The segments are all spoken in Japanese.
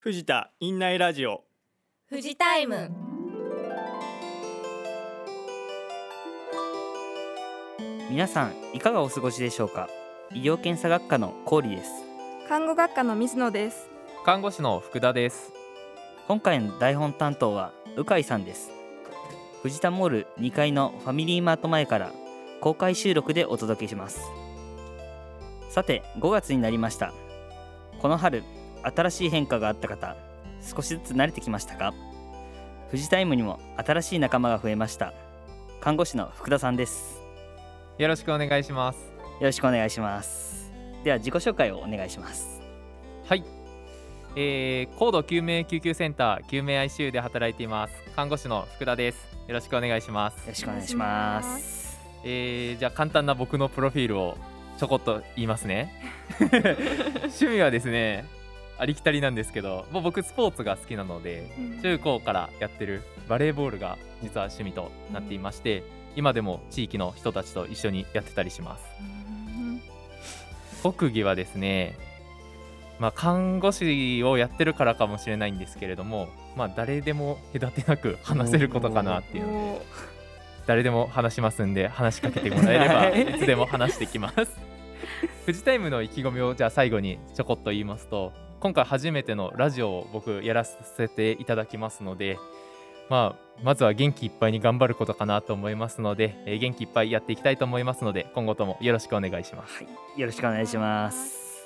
藤田院内ラジオフジタイム。 皆さんいかがお過ごしでしょうか。医療検査学科の郡です。 看護学科の水野です。 看護師の福田です。 今回の台本担当は鵜飼さんです。藤田モール2階のファミリーマート前から公開収録でお届けします。さて5月になりました。この春新しい変化があった方、少しずつ慣れてきましたか。フジタイムにも新しい仲間が増えました。看護師の福田さんです。 よろしくお願いします。 よろしくお願いします。では自己紹介をお願いします。 はい、高度救命救急センター救命 ICU で働いています看護師の福田です。よろしくお願いします。 よろしくお願いします。 じゃあ簡単な僕のプロフィールをちょこっと言いますね趣味はですね、ありきたりなんですけど、もう僕スポーツが好きなので、中高からやってるバレーボールが実は趣味となっていまして、今でも地域の人たちと一緒にやってたりします。特技はですね、看護師をやってるからかもしれないんですけれども、誰でも隔てなく話せることかなっていうので、誰でも話しますんで話しかけてもらえればいつでも話してきますフジタイムの意気込みをじゃあ最後にちょこっと言いますと、今回初めてのラジオを僕やらせていただきますので、まずは元気いっぱいに頑張ることかなと思いますので、元気いっぱいやっていきたいと思いますので、今後ともよろしくお願いします。 はい、よろしくお願いします。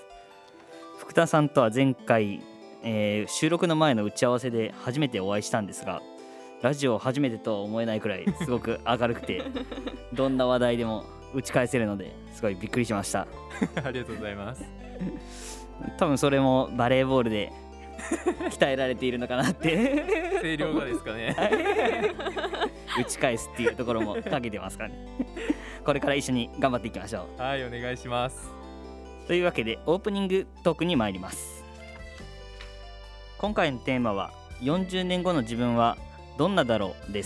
福田さんとは前回、収録の前の打ち合わせで初めてお会いしたんですが、ラジオ初めてとは思えないくらいすごく明るくてどんな話題でも打ち返せるのですごいびっくりしましたありがとうございます多分それもバレーボールで鍛えられているのかなって声量がですかね打ち返すっていうところもかけてますからねこれから一緒に頑張っていきましょう。はい、お願いします。 というわけでオープニングトークに参ります。今回のテーマは40年後の自分はどんなだろうです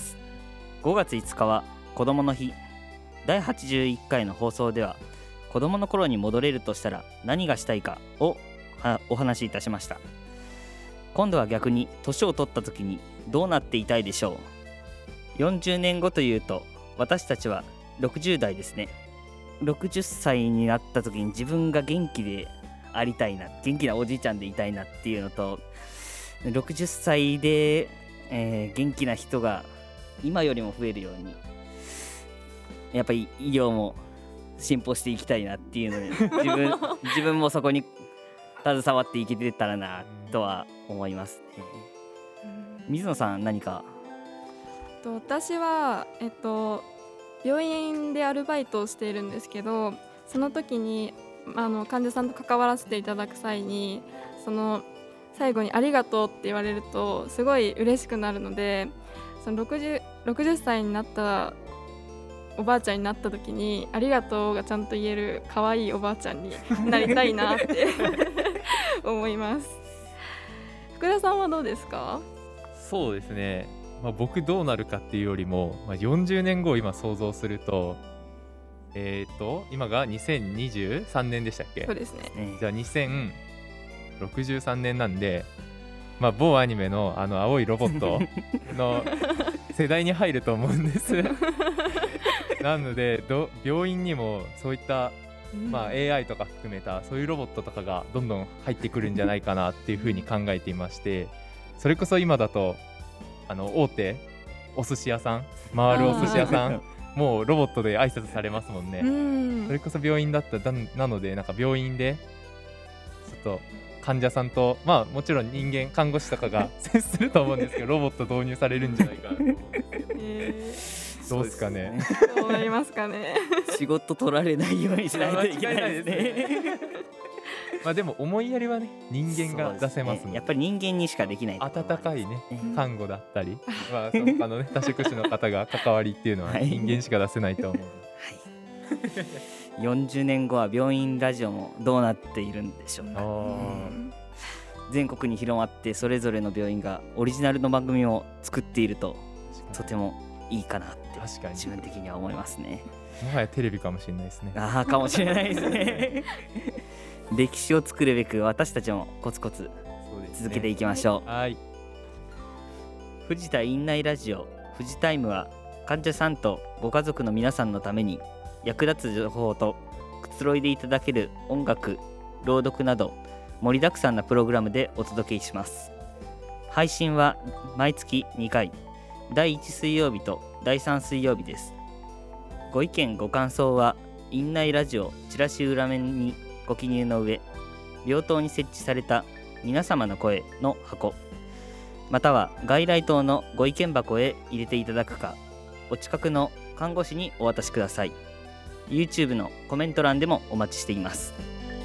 。5月5日は子どもの日。第81回の放送では子どもの頃に戻れるとしたら何がしたいかをお話しいたしました。今度は逆に年を取った時にどうなっていたいでしょう。40年後というと私たちは60代ですね。60歳になった時に自分が元気でありたいな、元気なおじいちゃんでいたいなっていうのと、60歳で元気な人が今よりも増えるようにやっぱり医療も進歩していきたいなっていうので自分もそこに携わっていけてたらなとは思いますね。水野さん何か。 私は、病院でアルバイトをしているんですけど、その時に患者さんと関わらせていただく際にその最後にありがとうって言われるとすごい嬉しくなるので、その 60歳になったおばあちゃんになった時にありがとうがちゃんと言える可愛いおばあちゃんになりたいなって思います福田さんはどうですか？ そうですね、僕どうなるかっていうよりも、40年後を今想像すると、今が2023年でしたっけ？ そうですね。 じゃあ2063年なんで、某アニメの青いロボットの世代に入ると思うんですなので病院にもそういった、AI とか含めたそういうロボットとかがどんどん入ってくるんじゃないかなっていうふうに考えていまして、それこそ今だと大手お寿司屋さん、回るお寿司屋さんもうロボットで挨拶されますもんね。それこそ病院だったらなので、なんか病院でちょっと患者さんと、もちろん人間看護師とかが接すると思うんですけどロボット導入されるんじゃないかなと思うんですけど、どうですかね。 どうなりますかね仕事取られないようにしないといけないですねでも思いやりはね、人間が出せますので、 やっぱり人間にしかできないところ温かいね、看護だったり、その他のね多職種の方が関わりっていうのは人間しか出せないと思う、 40年後は病院ラジオもどうなっているんでしょうか。全国に広まってそれぞれの病院がオリジナルの番組を作っているととてもいいかなって自分的には思いますね。 もはやテレビかもしれないですね。 かもしれないですね歴史を作るべく私たちもコツコツ続けていきましょう。 はい。 藤田院内ラジオフジタイムは患者さんとご家族の皆さんのために役立つ情報とくつろいでいただける音楽、朗読など盛りだくさんなプログラムでお届けします。配信は毎月2回、第1水曜日と第3水曜日です。ご意見ご感想は院内ラジオチラシ裏面にご記入の上、病棟に設置された皆様の声の箱、または外来棟のご意見箱へ入れていただくか、お近くの看護師にお渡しください。 YouTube のコメント欄でもお待ちしています。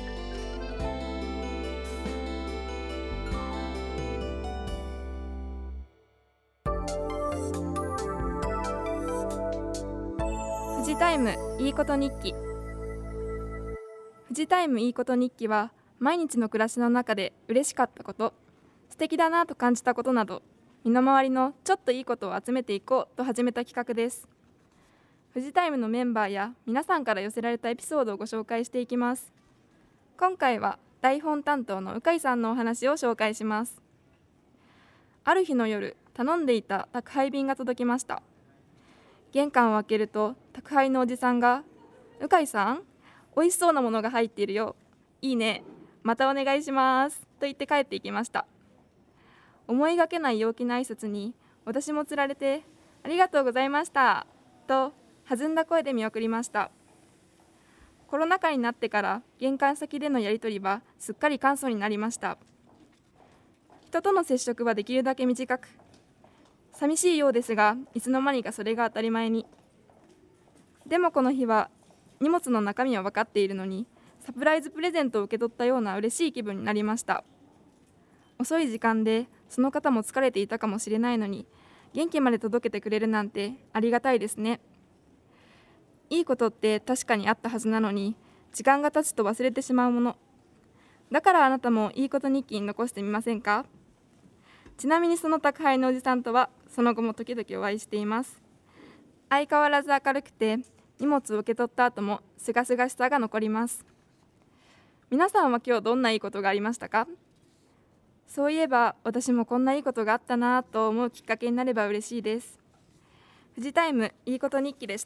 フジタイムいいこと日記。フジタイムいいこと日記は毎日の暮らしの中で嬉しかったこと、素敵だなと感じたことなど、身の回りのちょっといいことを集めていこうと始めた企画です。フジタイムのメンバーや皆さんから寄せられたエピソードをご紹介していきます。今回は台本担当の鵜飼さんのお話を紹介します。ある日の夜、頼んでいた宅配便が届きました。玄関を開けると宅配のおじさんが、鵜飼さん、美味しそうなものが入っているよ、いいね、またお願いしますと言って帰っていきました。思いがけない陽気な挨拶に私もつられて、ありがとうございましたと弾んだ声で見送りました。コロナ禍になってから玄関先でのやり取りはすっかり簡素になりました。人との接触はできるだけ短く、寂しいようですが、いつの間にかそれが当たり前に。でもこの日は荷物の中身は分かっているのに、サプライズプレゼントを受け取ったような嬉しい気分になりました。遅い時間でその方も疲れていたかもしれないのに、元気まで届けてくれるなんてありがたいですね。いいことって確かにあったはずなのに、時間が経つと忘れてしまうもの。だからあなたもいいこと日記に残してみませんか。ちなみにその宅配のおじさんとはその後も時々お会いしています。相変わらず明るくて、荷物を受け取った後もすがすがしさが残ります。皆さんは今日どんないいことがありましたか。そういえば私もこんないいことがあったなと思うきっかけになれば嬉しいです。フジタイムいいこと日記でした。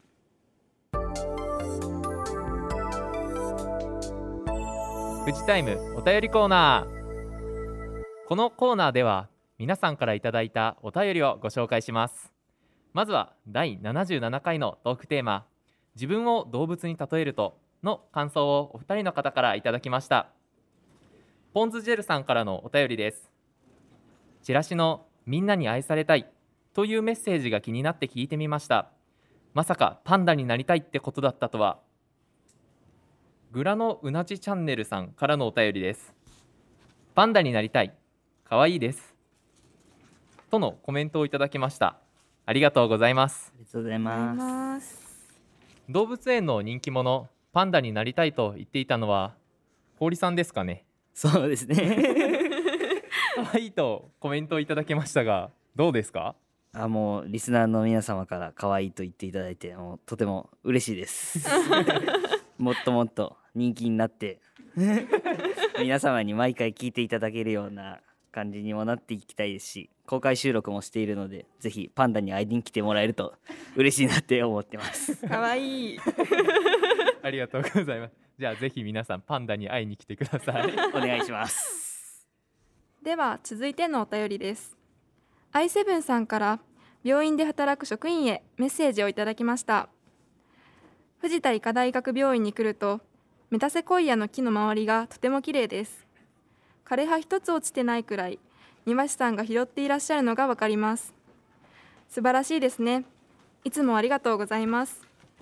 フジタイムお便りコーナー。このコーナーでは皆さんからいただいたお便りをご紹介します。まずは第77回のトークテーマ、自分を動物に例えるとの感想をお二人の方からいただきました。ポンズジェルさんからのお便りです。チラシのみんなに愛されたいというメッセージが気になって聞いてみました。まさかパンダになりたいってことだったとは。グラのうなじチャンネルさんからのお便りです。パンダになりたい、かわいいですとのコメントをいただきました。ありがとうございます。 ありがとうございます。 動物園の人気者パンダになりたいと言っていたのは氷さんですかね。 そうですね可愛いとコメントをいただきましたが、どうですか。 もうリスナーの皆様から可愛いと言っていただいて、もうとても嬉しいですもっともっと人気になって皆様に毎回聞いていただけるような感じにもなっていきたいですし、公開収録もしているので、ぜひパンダに会いに来てもらえると嬉しいなって思ってますかわいいありがとうございます。じゃあぜひ皆さんパンダに会いに来てくださいお願いしますでは続いてのお便りです。i7 さんから病院で働く職員へメッセージをいただきました。藤田医科大学病院に来ると、メタセコイアの木の周りがとても綺麗です。枯葉一つ落ちてないくらい庭師さんが拾っていらっしゃるのがわかります。素晴らしいですね。いつもありがとうございます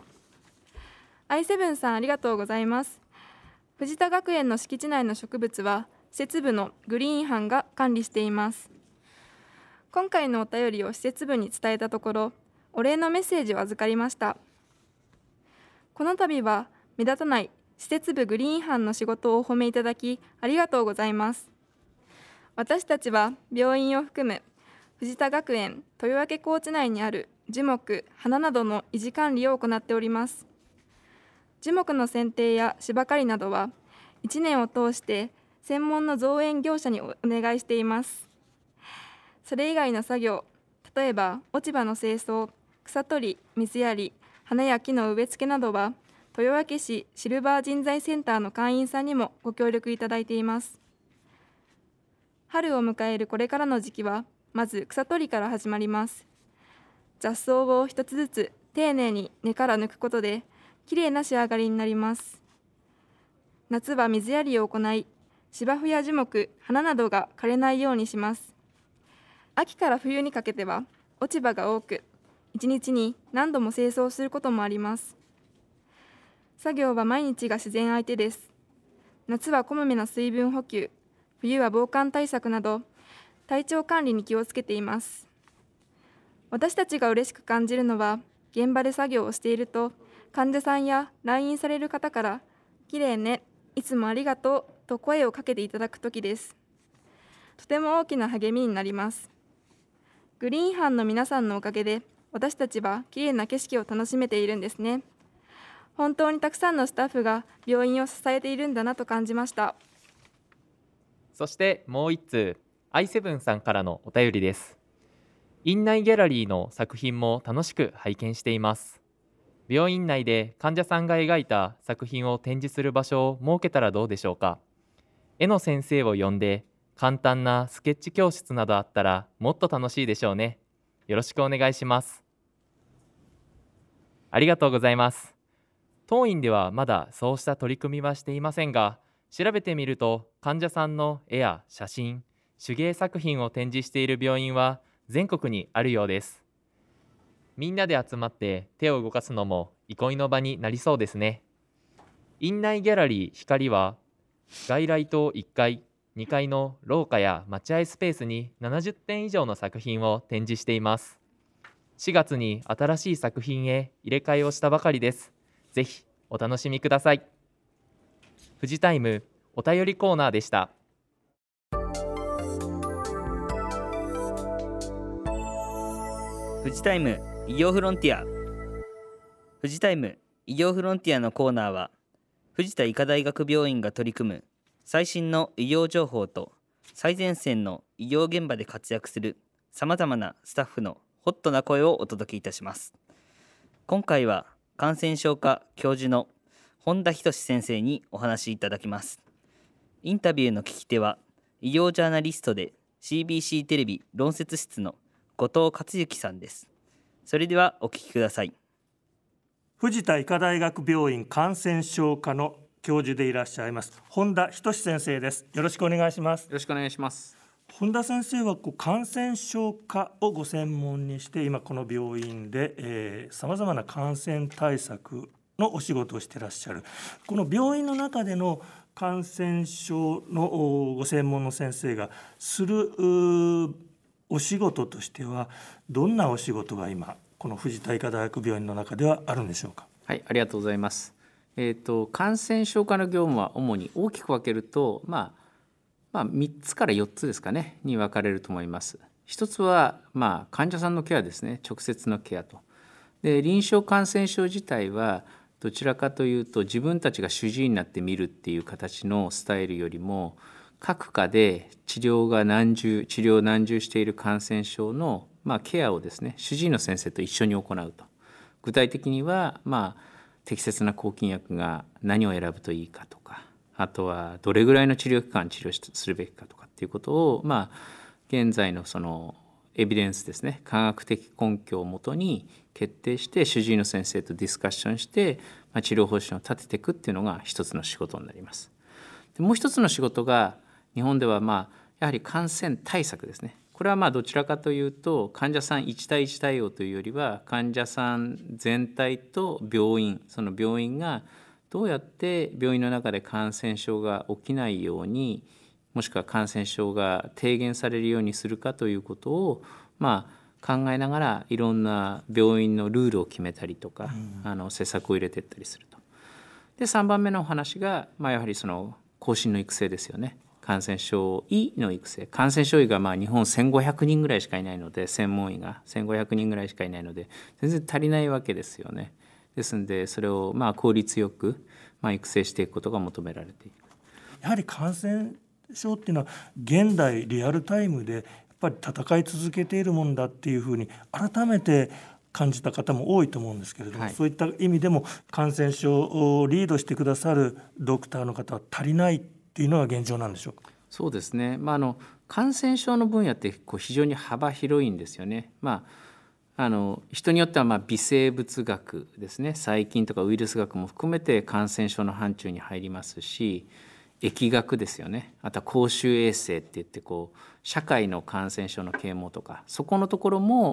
。i7 さんありがとうございます。藤田学園の敷地内の植物は施設部のグリーン班が管理しています。今回のお便りを施設部に伝えたところ、お礼のメッセージを預かりました。この度は目立たない施設部グリーン班の仕事をお褒めいただきありがとうございます。私たちは病院を含む藤田学園豊明高地内にある樹木、花などの維持管理を行っております。樹木の剪定や芝刈りなどは1年を通して専門の造園業者にお願いしています。それ以外の作業、例えば落ち葉の清掃、草取り、水やり、花や木の植え付けなどは豊明市シルバー人材センターの会員さんにもご協力いただいています。春を迎えるこれからの時期はまず草取りから始まります。雑草を一つずつ丁寧に根から抜くことできれいな仕上がりになります。夏は水やりを行い、芝生や樹木、花などが枯れないようにします。秋から冬にかけては落ち葉が多く、1日に何度も清掃することもあります。作業は毎日が自然相手です。夏はこまめな水分補給、冬は防寒対策など体調管理に気をつけています。私たちが嬉しく感じるのは、現場で作業をしていると患者さんや来院される方からきれいね、いつもありがとうと声をかけていただくときです。とても大きな励みになります。グリーン班の皆さんのおかげで私たちはきれいな景色を楽しめているんですね。本当にたくさんのスタッフが病院を支えているんだなと感じました。 そしてもう一通、i7 さんからのお便りです。院内ギャラリーの作品も楽しく拝見しています。病院内で患者さんが描いた作品を展示する場所を設けたらどうでしょうか。絵の先生を呼んで簡単なスケッチ教室などあったらもっと楽しいでしょうね。よろしくお願いします。ありがとうございます。当院ではまだそうした取り組みはしていませんが、調べてみると患者さんの絵や写真、手芸作品を展示している病院は全国にあるようです。みんなで集まって手を動かすのも憩いの場になりそうですね。院内ギャラリー光は外来棟1階、2階の廊下や待合スペースに70点以上の作品を展示しています。4月に新しい作品へ入れ替えをしたばかりです。ぜひお楽しみください。フジタイムお便りコーナーでした。 フジタイム医療フロンティア。フジタイム医療フロンティアのコーナーは、藤田医科大学病院が取り組む最新の医療情報と最前線の医療現場で活躍するさまざまなスタッフのホットな声をお届けいたします。今回は感染症科教授の本田仁先生にお話しいただきます。インタビューの聞き手は医療ジャーナリストで CBC テレビ論説室の後藤克之さんです。それではお聞きください。 藤田医科大学病院感染症科の教授でいらっしゃいます本田仁先生です。よろしくお願いします。 よろしくお願いします。 本田先生は感染症科をご専門にして今この病院でさまざまな感染対策のお仕事をしていらっしゃる。この病院の中での感染症のご専門の先生がするお仕事としてはどんなお仕事が今この藤田医科大学病院の中ではあるんでしょうか。 はい、ありがとうございます。感染症科の業務は主に大きく分けると、3つから4つですかねに分かれると思います。一つは、患者さんのケアですね、直接のケアと。で、臨床感染症自体はどちらかというと自分たちが主治医になって見るっていう形のスタイルよりも、各科で治療難重している感染症の、ケアをですね、主治医の先生と一緒に行うと。具体的には、適切な抗菌薬が何を選ぶといいかとか、あとはどれぐらいの治療期間治療するべきかとかっていうことを、現在のそのエビデンスですね、科学的根拠をもとに決定して主治医の先生とディスカッションして、治療方針を立てていくっていうのが一つの仕事になります。でもう一つの仕事が日本ではやはり感染対策ですね。これはどちらかというと患者さん1対1対応というよりは患者さん全体と病院、その病院がどうやって病院の中で感染症が起きないように、もしくは感染症が低減されるようにするかということを考えながらいろんな病院のルールを決めたりとか、施策を入れていったりすると。で、3番目のお話が、やはりその後進の育成ですよね。感染症医の育成、感染症医が日本1500人ぐらいしかいないので、専門医が1500人ぐらいしかいないので全然足りないわけですよね。ですのでそれを効率よく育成していくことが求められている。 やはり感染症っていうのは現代リアルタイムでやっぱり戦い続けているもんだっていうふうに改めて感じた方も多いと思うんですけれども、そういった意味でも感染症をリードしてくださるドクターの方は足りないっていうのが現状なんでしょうか。 そうですね、感染症の分野って非常に幅広いんですよね。人によっては微生物学ですね、細菌とかウイルス学も含めて感染症の範疇に入りますし、疫学ですよね、あとは公衆衛生って言って社会の感染症の啓蒙とか、そこのところも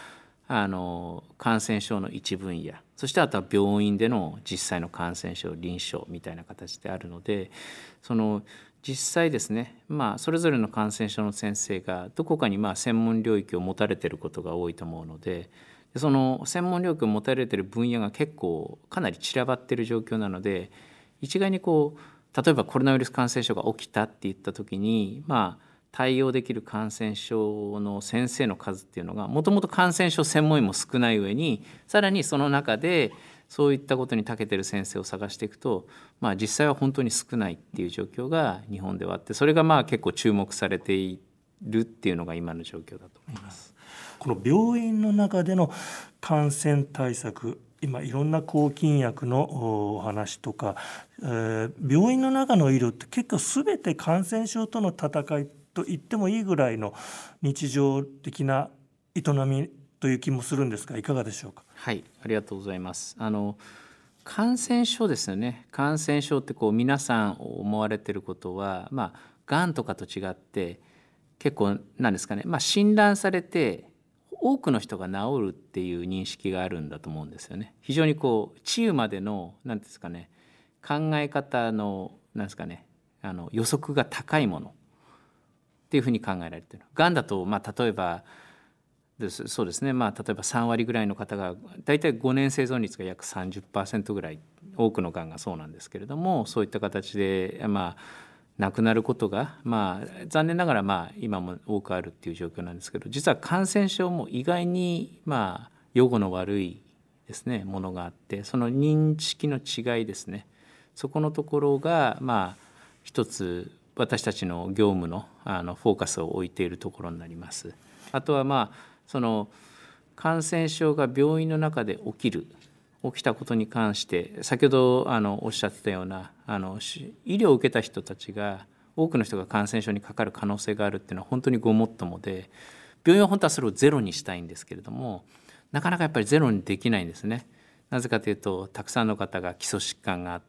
感染症の一分野、そしてあとは病院での実際の感染症臨床みたいな形であるので、実際ですね、それぞれの感染症の先生がどこかに専門領域を持たれていることが多いと思うので、その専門領域を持たれている分野が結構かなり散らばっている状況なので、一概に例えばコロナウイルス感染症が起きたって言った時に対応できる感染症の先生の数っていうのがもともと感染症専門医も少ない上に、さらにその中でそういったことに長けている先生を探していくと、実際は本当に少ないっていう状況が日本ではあって、それが結構注目されているっていうのが今の状況だと思います。 この病院の中での感染対策、今いろんな抗菌薬のお話とか、病院の中の医療って結構全て感染症との戦いと言ってもいいぐらいの日常的な営みという気もするんですが、いかがでしょうか。 はい、ありがとうございます。感染症ですよね。感染症って皆さん思われていることは、がんとかと違って結構なんですかね、診断されて多くの人が治るっていう認識があるんだと思うんですよね。非常に治癒までのなんですかね、考え方のなんですかね、予測が高いものっていうふうに考えられている。がんだと例えばそうですね、例えば3割ぐらいの方がだいたい5年生存率が約 30% ぐらい、多くのがんがそうなんですけれども、そういった形で亡くなることが残念ながら今も多くあるっていう状況なんですけど、実は感染症も意外に予後の悪いですねものがあって、その認識の違いですね、そこのところが一つ私たちの業務のフォーカスを置いているところになります。あとはその感染症が病院の中で起きたことに関して、先ほどおっしゃってたような医療を受けた人たちが多くの人が感染症にかかる可能性があるっていうのは本当にごもっともで、病院は本当はそれをゼロにしたいんですけれども、なかなかやっぱりゼロにできないんですね。なぜかというと、たくさんの方が基礎疾患があって、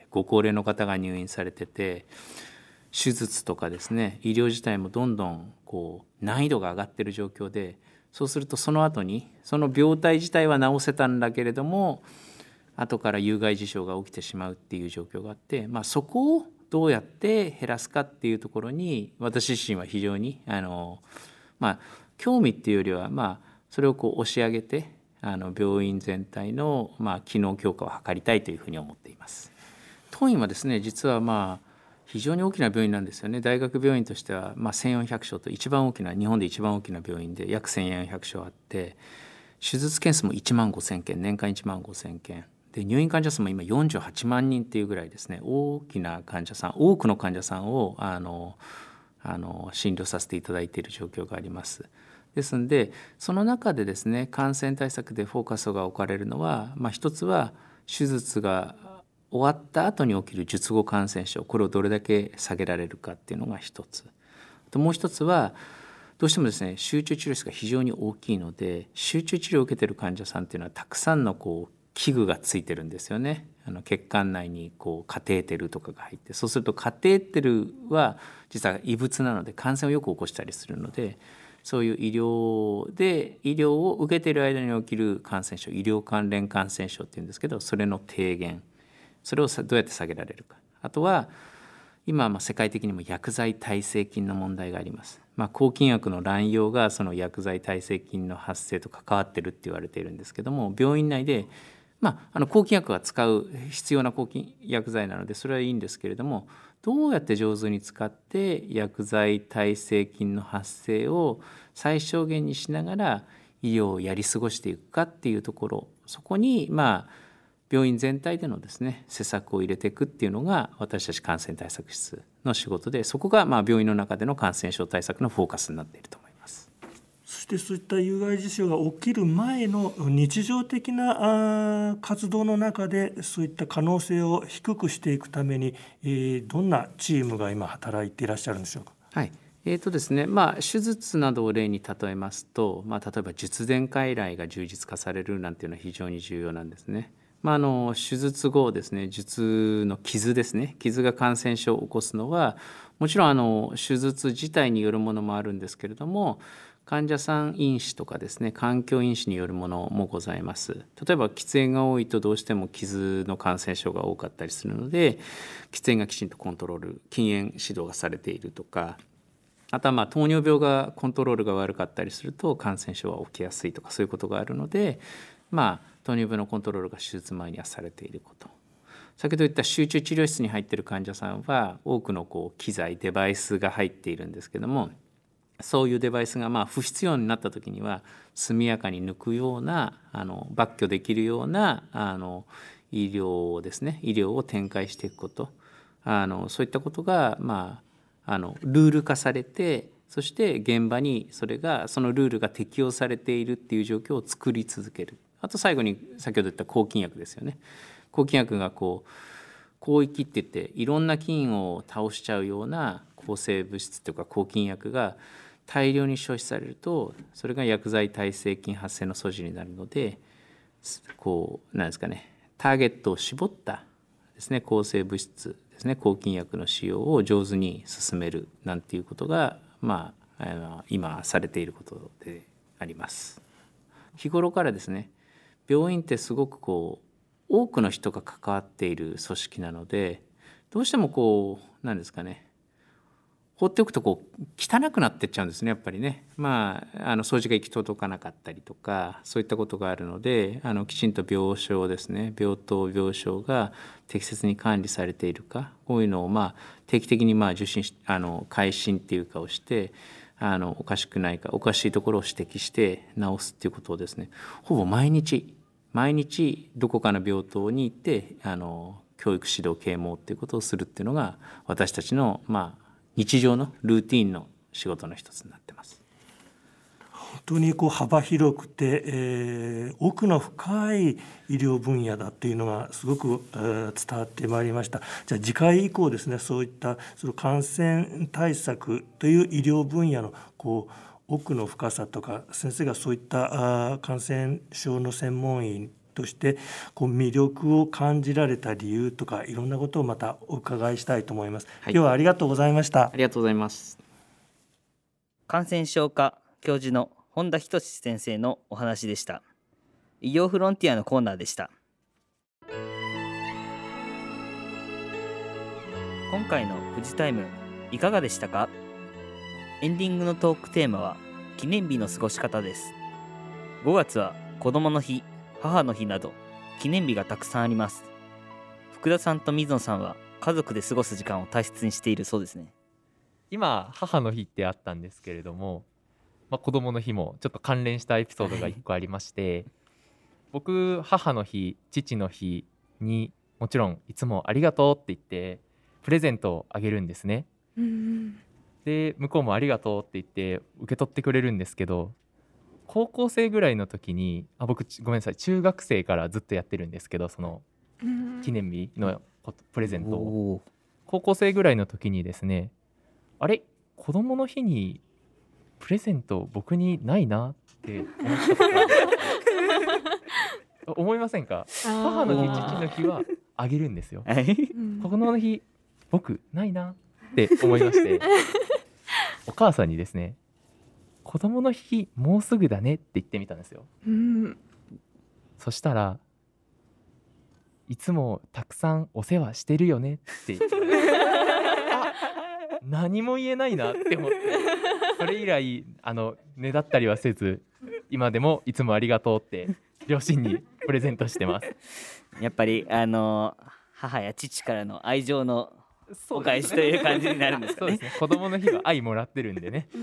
ご高齢の方が入院されてて、手術とかですね、医療自体もどんどん難易度が上がっている状況で、そうするとその後にその病態自体は治せたんだけれども、後から有害事象が起きてしまうっていう状況があって、そこをどうやって減らすかっていうところに私自身は非常に興味っていうよりはそれを押し上げて病院全体の機能強化を図りたいというふうに思っています。当院はですね、実は非常に大きな病院なんですよね。大学病院としては1400床と日本で一番大きな病院で約1400床あって、手術件数も1万5000件、年間1万5000件で、入院患者数も今48万人っていうぐらいですね、多くの患者さんを診療させていただいている状況があります。ですので、その中でですね、感染対策でフォーカスが置かれるのは、一つは手術が終わった後に起きる術後感染症、これをどれだけ下げられるかっていうのが一つ。もう一つはどうしてもですね、集中治療室が非常に大きいので、集中治療を受けている患者さんっていうのはたくさんの器具がついてるんですよね。血管内にカテーテルとかが入って、そうするとカテーテルは実は異物なので感染をよく起こしたりするので、そういう医療を受けている間に起きる感染症、医療関連感染症っていうんですけど、それの低減、それをどうやって下げられるか。あとは今世界的にも薬剤耐性菌の問題があります。抗菌薬の乱用がその薬剤耐性菌の発生と関わってるって言われているんですけども、病院内で抗菌薬が使う必要な抗菌薬剤なのでそれはいいんですけれども、どうやって上手に使って薬剤耐性菌の発生を最小限にしながら医療をやり過ごしていくかっていうところ、そこに病院全体でのですね施策を入れていくっていうのが私たち感染対策室の仕事で、そこが病院の中での感染症対策のフォーカスになっていると思います。 そしてそういった有害事象が起きる前の日常的な活動の中でそういった可能性を低くしていくために、どんなチームが今働いていらっしゃるんでしょうか。 はい、ですね、手術などを例に例えますと、例えば術前回依頼が充実化されるなんていうのは非常に重要なんですね。手術後ですね、術の傷ですね、傷が感染症を起こすのはもちろん手術自体によるものもあるんですけれども、患者さん因子とかですね、環境因子によるものもございます。例えば喫煙が多いとどうしても傷の感染症が多かったりするので、喫煙がきちんとコントロール、禁煙指導がされているとか、あとは糖尿病がコントロールが悪かったりすると感染症は起きやすいとか、そういうことがあるので、糖尿病のコントロールが手術前にはされていること。先ほど言った集中治療室に入っている患者さんは多くの機材デバイスが入っているんですけども、そういうデバイスが不必要になった時には速やかに抜くような抜去できるような医療をですね、医療を展開していくこと、そういったことがルール化されて、そして現場にそのルールが適用されているっていう状況を作り続ける。あと最後に先ほど言った抗菌薬ですよね。抗菌薬が広域って言っていろんな菌を倒しちゃうような抗生物質とか抗菌薬が大量に消費されると、それが薬剤耐性菌発生の素地になるので、なんですかね、ターゲットを絞ったですね、抗生物質ですね、抗菌薬の使用を上手に進めるなんていうことが、今されていることであります。日頃からですね、病院ってすごく多くの人が関わっている組織なので、どうしてもなんですかね、放っておくと汚くなってっちゃうんですね、やっぱりね。掃除が行き届かなかったりとか、そういったことがあるので、きちんと病床ですね、病棟病床が適切に管理されているか、こういうのを定期的に受診回診っていうかをして、おかしくないか、おかしいところを指摘して直すっていうことをですね、ほぼ毎日どこかの病棟に行って教育指導啓蒙っていうことをするっていうのが私たちの日常のルーティンの仕事の一つになってます。 本当に幅広くて、奥の深い医療分野だっていうのがすごく、伝わってまいりました。じゃあ次回以降ですね、そういったその感染対策という医療分野の奥の深さとか、先生がそういった感染症の専門医として魅力を感じられた理由とか、いろんなことをまたお伺いしたいと思います。今日はありがとうございました。 ありがとうございます。 感染症科教授の本田仁先生のお話でした。医療フロンティアのコーナーでした。今回のフジタイムいかがでしたか？エンディングのトークテーマは記念日の過ごし方です。5月は子どもの日、母の日など記念日がたくさんあります。福田さんと水野さんは家族で過ごす時間を大切にしているそうですね。 今母の日ってあったんですけれども、子供の日もちょっと関連したエピソードが1個ありまして僕母の日、父の日にもちろんいつもありがとうって言ってプレゼントをあげるんですね。で向こうもありがとうって言って受け取ってくれるんですけど、高校生ぐらいの時に僕ごめんなさい、中学生からずっとやってるんですけど、その記念日のプレゼントを高校生ぐらいの時にですね、あれ子供の日にプレゼント僕にないなって思ったこと思いませんか？母の日、父の日はあげるんですよ。子供の日僕ないなって思いましてお母さんにですね、子供の日もうすぐだねって言ってみたんですよ。そしたら、いつもたくさんお世話してるよねって何も言えないなって思って、それ以来ねだったりはせず、今でもいつもありがとうって両親にプレゼントしてます。 やっぱり母や父からの愛情のお返しという感じになるんですかね。 そうですね、子供の日は愛もらってるんでね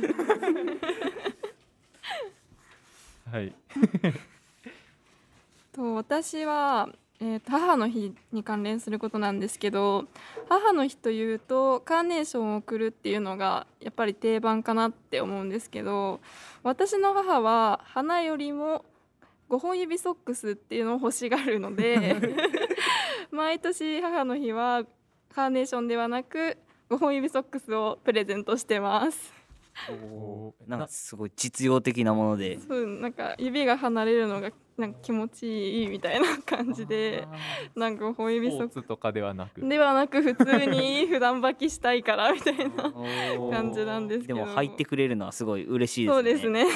はい私は、 母の日に関連することなんですけど、母の日というとカーネーションを贈るっていうのがやっぱり定番かなって思うんですけど、私の母は花よりも5本指ソックスっていうのを欲しがるので毎年母の日はカーネーションではなく5本指ソックスをプレゼントしてます。 なんかすごい実用的なもので、 そう、なんか指が離れるのがなんか気持ちいいみたいな感じで、なんか5本指スポーソックツとかではなくスではなく普通に普段履きしたいからみたいな感じなんですけど、 でも入ってくれるのはすごい嬉しいですね。 そうですね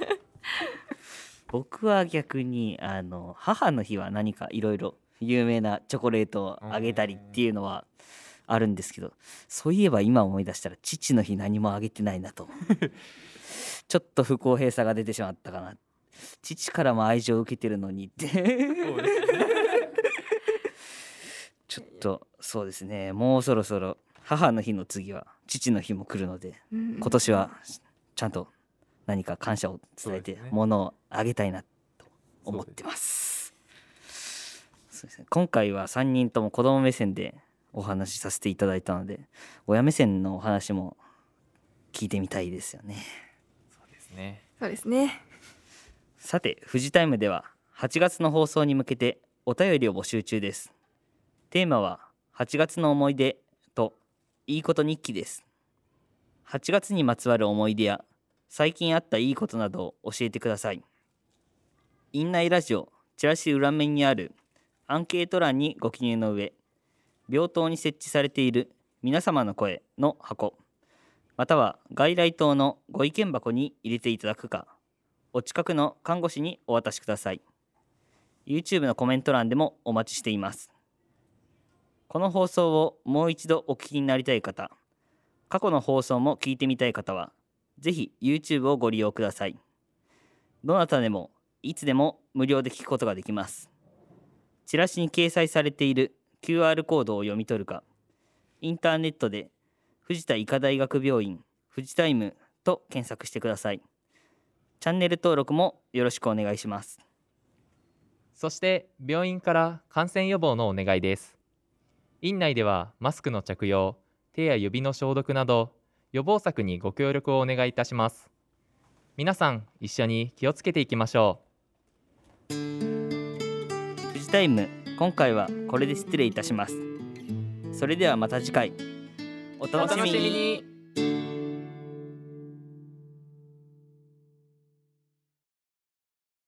僕は逆に母の日は何かいろいろ有名なチョコレートをあげたりっていうのはあるんですけど、そういえば今思い出したら父の日何もあげてないなとちょっと不公平さが出てしまったかな。父からも愛情を受けてるのにってちょっとそうですね、もうそろそろ母の日の次は父の日も来るので、今年はちゃんと何か感謝を伝えて物をあげたいなと思ってます。そうですね、今回は3人とも子供目線でお話しさせていただいたので、親目線のお話も聞いてみたいですよね。 そうですね。 そうですね。 さて、フジタイムでは8月の放送に向けてお便りを募集中です。テーマは8月の思い出といいこと日記です。8月にまつわる思い出や最近あったいいことなどを教えてください。院内ラジオチラシ裏面にあるアンケート欄にご記入の上、病棟に設置されている皆様の声の箱、または外来棟のご意見箱に入れていただくか、お近くの看護師にお渡しください。 YouTube のコメント欄でもお待ちしています。この放送をもう一度お聞きになりたい方、過去の放送も聞いてみたい方はぜひ YouTube をご利用ください。どなたでもいつでも無料で聞くことができます。チラシに掲載されている QR コードを読み取るか、インターネットで藤田医科大学病院フジタイムと検索してください。チャンネル登録もよろしくお願いします。 そして病院から感染予防のお願いです。院内ではマスクの着用、手や指の消毒など予防策にご協力をお願いいたします。皆さん一緒に気をつけていきましょフジタイム、今回はこれで失礼いたします。それではまた次回お楽しみに。